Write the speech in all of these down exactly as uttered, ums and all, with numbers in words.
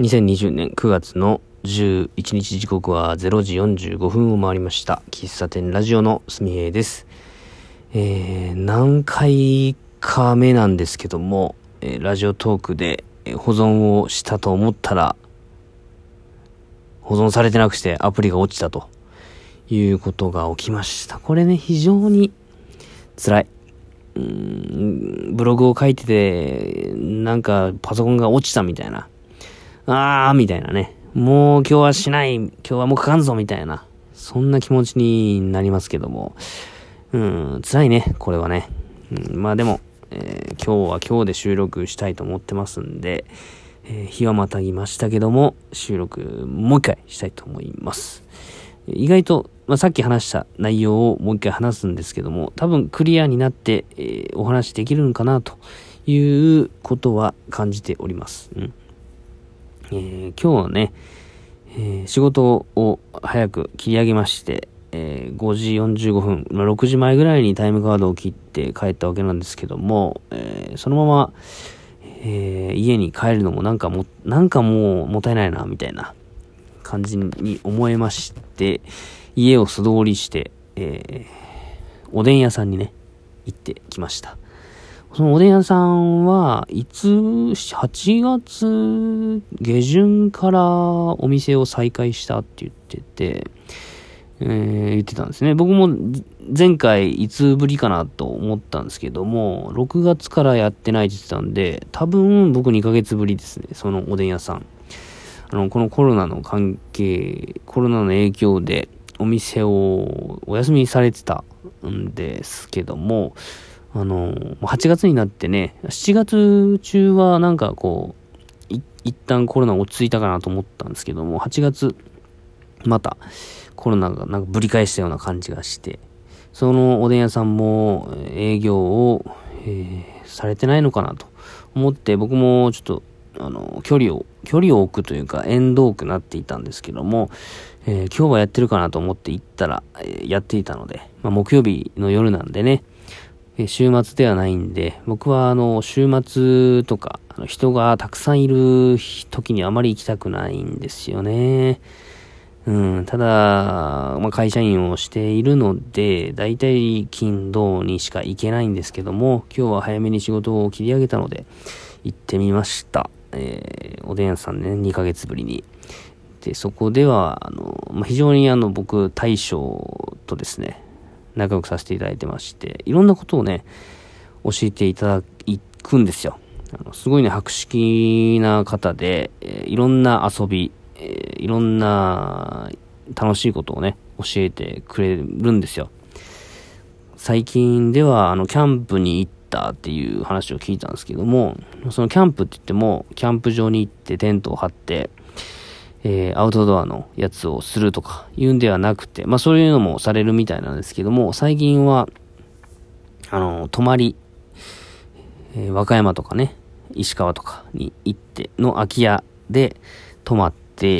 にせんにじゅうねんくがつのじゅういちにち、時刻はれいじよんじゅうごふんを回りました。喫茶店ラジオのすみへいです。えー、何回か目なんですけども、えー、ラジオトークで保存をしたと思ったら保存されてなくしてアプリが落ちたということが起きました。これね、非常に辛い。うーんブログを書いててなんかパソコンが落ちたみたいな、あーみたいなね、もう今日はしない、今日はもう書かんぞみたいな、そんな気持ちになりますけども、うん辛いねこれはね。うん、まあでも、えー、今日は今日で収録したいと思ってますんで、えー、日はまたぎましたけども収録もう一回したいと思います。意外と、まあ、さっき話した内容をもう一回話すんですけども、多分クリアになって、えー、お話できるのかなということは感じております。うんえー、今日はね、えー、仕事を早く切り上げまして、えー、ごじよんじゅうごふん、まあ、ろくじまえぐらいにタイムカードを切って帰ったわけなんですけども、えー、そのまま、えー、家に帰るのもなんかもなんかもうもったいないなみたいな感じに思えまして、家を素通りして、えー、おでん屋さんにね行ってきました。そのおでん屋さんはいつはちがつげじゅんからお店を再開したって言ってて、えー、言ってたんですね。僕も前回いつぶりかなと思ったんですけども、ろくがつからやってないって言ってたんで、多分僕にかげつぶりですね、そのおでん屋さん。あのこのコロナの関係、コロナの影響でお店をお休みされてたんですけども、あのはちがつになってね、しちがつ中はなんかこうい一旦コロナ落ち着いたかなと思ったんですけども、はちがつまたコロナがなんかぶり返したような感じがして、そのおでん屋さんも営業を、えー、されてないのかなと思って、僕もちょっとあの距離を距離を置くというか縁遠くなっていたんですけども、えー、今日はやってるかなと思って行ったら、えー、やっていたので、まあ、木曜日の夜なんでね、えー、週末ではないんで、僕はあの週末とかあの人がたくさんいる時にあまり行きたくないんですよね。うん、ただ、まあ、会社員をしているので、だいたい金土にしか行けないんですけども、今日は早めに仕事を切り上げたので行ってみました。えー、おでん屋さんね、にかげつぶりに。で、そこでは、あの、まあ、非常にあの、僕、大将とですね、仲良くさせていただいてまして、いろんなことをね、教えていただくんですよ。あのすごいね、博識な方で、えー、いろんな遊び、えー、いろんな楽しいことをね、教えてくれるんですよ。最近では、あの、キャンプに行ったっていう話を聞いたんですけども、そのキャンプって言ってもキャンプ場に行ってテントを張って、えー、アウトドアのやつをするとかいうんではなくて、まあそういうのもされるみたいなんですけども、最近はあの泊まり、えー、和歌山とかね石川とかに行っての空き家で泊まって、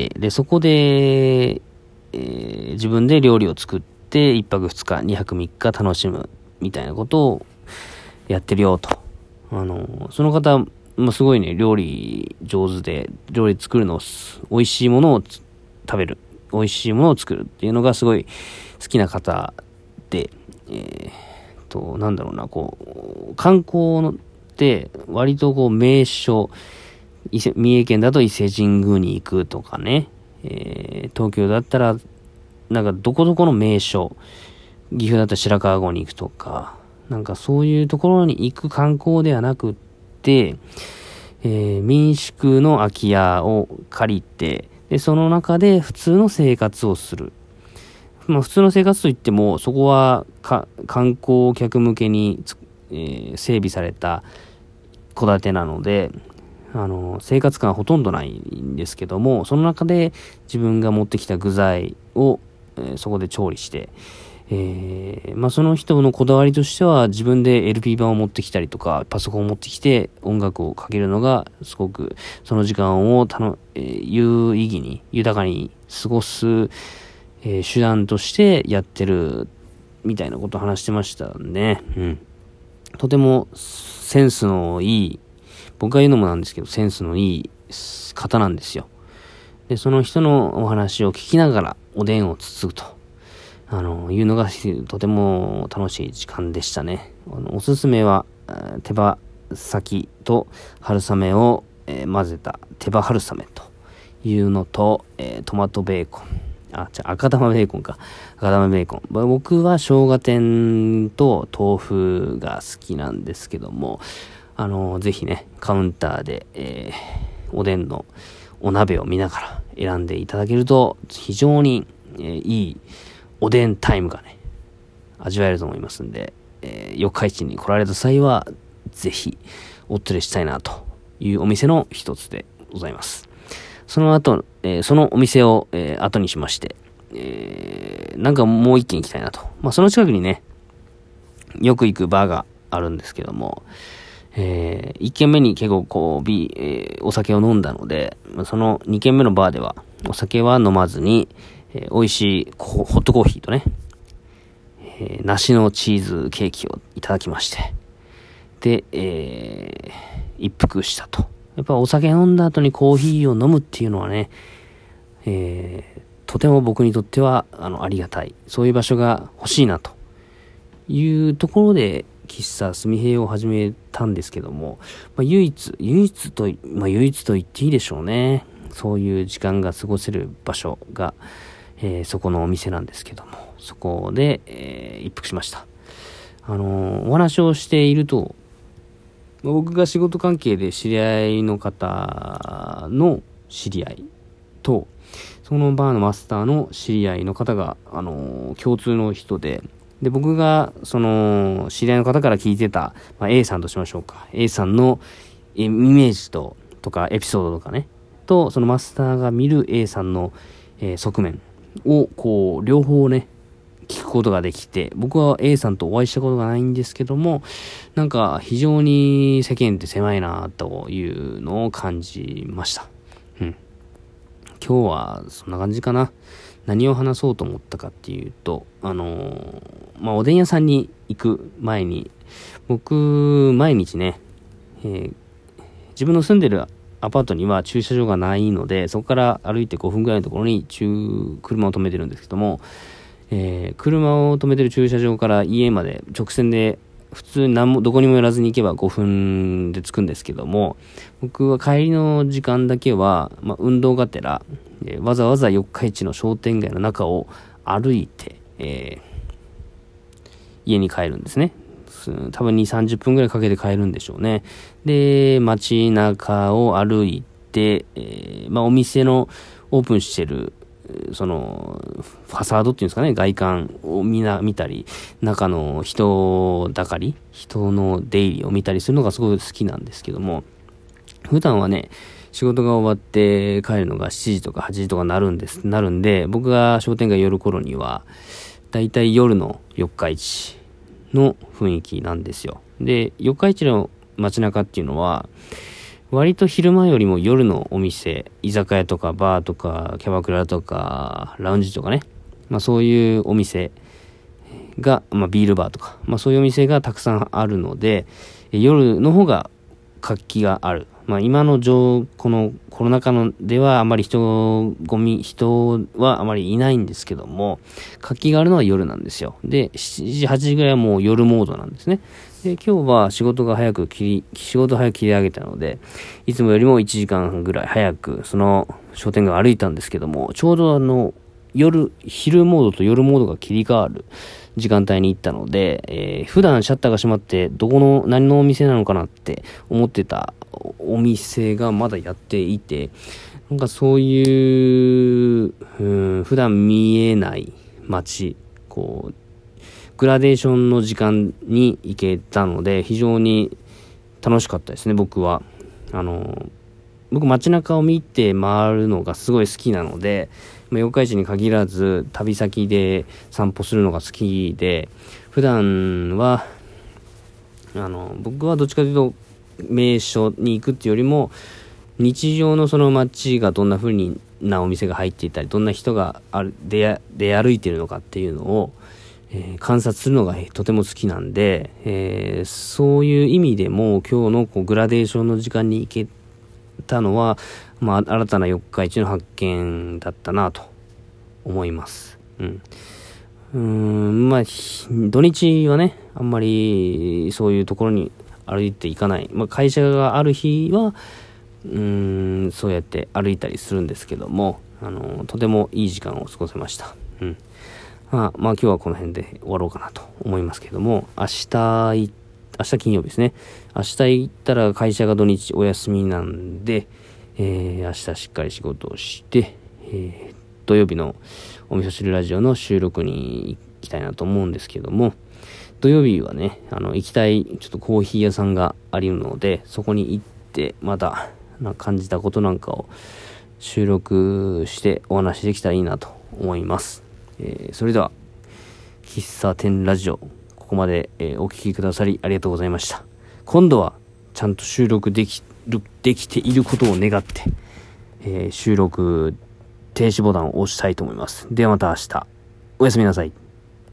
でそこで、えー、自分で料理を作っていっぱくふつかにはくみっか楽しむみたいなことをやってるよと。あのその方もすごいね、料理上手で、料理作るのを美味しいものを食べる、美味しいものを作るっていうのがすごい好きな方で、えー、となんだろうな、こう観光のって割とこう名所、伊勢三重県だと伊勢神宮に行くとかね、えー、東京だったらなんかどこどこの名所、岐阜だったら白川郷に行くとか、なんかそういうところに行く観光ではなくって、えー、民宿の空き家を借りて、でその中で普通の生活をする。まあ普通の生活といっても、そこはか観光客向けに、えー、整備された戸建てなので、あの生活感はほとんどないんですけども、その中で自分が持ってきた具材を、えー、そこで調理して、えー、まあその人のこだわりとしては、自分で エルピー 盤を持ってきたりとかパソコンを持ってきて音楽をかけるのがすごくその時間をたの、えー、有意義に豊かに過ごす、えー、手段としてやってるみたいなことを話してましたね。うん。とてもセンスのいい、僕が言うのもなんですけど、センスのいい方なんですよ。で、その人のお話を聞きながらおでんをつつぐと、あの、いうのがとても楽しい時間でしたね。あのおすすめは、手羽先と春雨を、えー、混ぜた手羽春雨というのと、えー、トマトベーコン。あ、じゃあ赤玉ベーコンか。赤玉ベーコン。僕は生姜天と豆腐が好きなんですけども、あの、ぜひね、カウンターで、えー、おでんのお鍋を見ながら選んでいただけると、非常に、えー、いいおでんタイムがね、味わえると思いますんで、えー、四日市に来られた際は、ぜひ、お連れしたいな、というお店の一つでございます。その後、えー、そのお店を、えー、後にしまして、えー、なんかもう一軒行きたいなと。まあ、その近くにね、よく行くバーがあるんですけども、えー、一軒目に結構こう、ビー、えー、お酒を飲んだので、その二軒目のバーでは、お酒は飲まずに、えー、美味しいホットコーヒーとね、えー、梨のチーズケーキをいただきまして、で、えー、一服したと。やっぱお酒飲んだ後にコーヒーを飲むっていうのはね、えー、とても僕にとってはあのありがたい。そういう場所が欲しいなというところで、喫茶すみへいを始めたんですけども、まあ、唯一、唯一と、まあ、唯一と言っていいでしょうね。そういう時間が過ごせる場所が、えー、そこのお店なんですけども、そこで、えー、一服しました。あのー、お話をしていると、僕が仕事関係で知り合いの方の知り合いと、そのバーのマスターの知り合いの方が、あのー、共通の人で、で、僕が、その、知り合いの方から聞いてた、まあ、A さんとしましょうか。A さんのイメージと、とか、エピソードとかね、と、そのマスターが見る A さんの、えー、側面を、こう、両方ね、聞くことができて、僕は A さんとお会いしたことがないんですけども、なんか、非常に世間って狭いな、というのを感じました。うん。今日は、そんな感じかな。何を話そうと思ったかっていうと、あのー、まあ、おでん屋さんに行く前に、僕、毎日ね、えー、自分の住んでるアパートには駐車場がないので、そこから歩いてごふんぐらいのところに中、車を止めてるんですけども、えー、車を止めてる駐車場から家まで直線で、普通に何も、どこにも寄らずに行けばごふんで着くんですけども、僕は帰りの時間だけは、まあ、運動がてら、えー、わざわざ四日市の商店街の中を歩いて、えー、家に帰るんですね。多分に、さんじゅっぷんぐらいかけて帰るんでしょうね。で、街中を歩いて、えー、まあ、お店のオープンしてる、その、ファサードっていうんですかね、外観を見な、見たり、中の人だかり、人の出入りを見たりするのがすごい好きなんですけども、普段はね、仕事が終わって帰るのがしちじとかはちじとかなるんです、なるんで、僕が商店街寄る頃には、だいたい夜の四日市の雰囲気なんですよ。で、四日市の街中っていうのは、割と昼間よりも夜のお店、居酒屋とかバーとかキャバクラとかラウンジとかね、まあそういうお店が、まあビールバーとか、まあそういうお店がたくさんあるので、夜の方が活気がある。まあ今の状、このコロナ禍のではあまり人、ゴミ、人はあまりいないんですけども、活気があるのは夜なんですよ。で、しちじ、はちじぐらいはもう夜モードなんですね。で、今日は仕事が早く切り、仕事早く切り上げたので、いつもよりもいちじかんぐらい早く、その商店街を歩いたんですけども、ちょうどあの、夜、昼モードと夜モードが切り替わる時間帯に行ったので、えー、普段シャッターが閉まって、どこの、何のお店なのかなって思ってたお店がまだやっていて、なんかそういう、うん、普段見えない街、こう、グラデーションの時間に行けたので、非常に楽しかったですね、僕は。あの、僕街中を見て回るのがすごい好きなので、四日市に限らず旅先で散歩するのが好きで、普段は、あの、僕はどっちかというと名所に行くっていうよりも、日常のその街がどんな風になお店が入っていたり、どんな人がある出出歩いているのかっていうのを、えー、観察するのがとても好きなんで、えー、そういう意味でも今日のこうグラデーションの時間に行けたのは、まあ、新たな四日市の発見だったなと思います。うん。うーん、まあ、土日はね、あんまりそういうところに歩いていかない。まあ、会社がある日は、うーん、そうやって歩いたりするんですけども、あの、とてもいい時間を過ごせました。うん。まあ、まあ今日はこの辺で終わろうかなと思いますけども、明日い、明日金曜日ですね。明日行ったら会社が土日お休みなんで、えー、明日しっかり仕事をして、えー、土曜日のお味噌汁ラジオの収録に行きたいなと思うんですけども、土曜日はね、あの、行きたいちょっとコーヒー屋さんがあるので、そこに行って、また、な感じたことなんかを収録してお話しできたらいいなと思います。えー、それでは喫茶店ラジオ、ここまで、えー、お聞きくださりありがとうございました。今度はちゃんと収録できるできていることを願って、えー、収録停止ボタンを押したいと思います。ではまた明日、おやすみなさい。